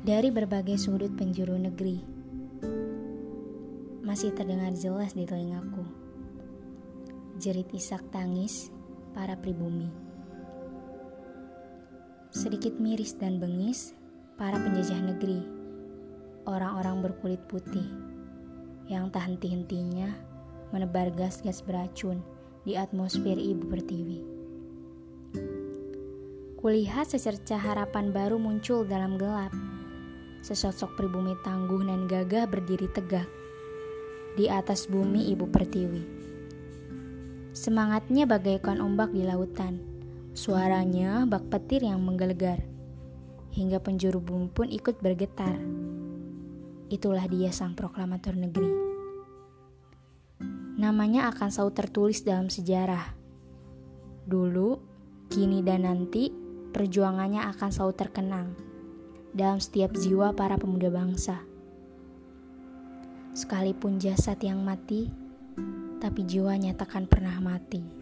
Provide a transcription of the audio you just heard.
Dari berbagai sudut penjuru negeri, masih terdengar jelas di telingaku jerit isak tangis para pribumi. Sedikit miris dan bengis para penjajah negeri, orang-orang berkulit putih yang tak henti-hentinya menebar gas-gas beracun di atmosfer ibu pertiwi. Kulihat secercah harapan baru muncul dalam gelap. Sesosok pribumi tangguh dan gagah berdiri tegak di atas bumi ibu pertiwi. Semangatnya bagaikan ombak di lautan, suaranya bak petir yang menggelegar, hingga penjuru bumi pun ikut bergetar. Itulah dia sang proklamator negeri. Namanya akan selalu tertulis dalam sejarah. Dulu, kini dan nanti, perjuangannya akan selalu terkenang dalam setiap jiwa para pemuda bangsa. Sekalipun jasad yang mati, tapi jiwanya takkan pernah mati.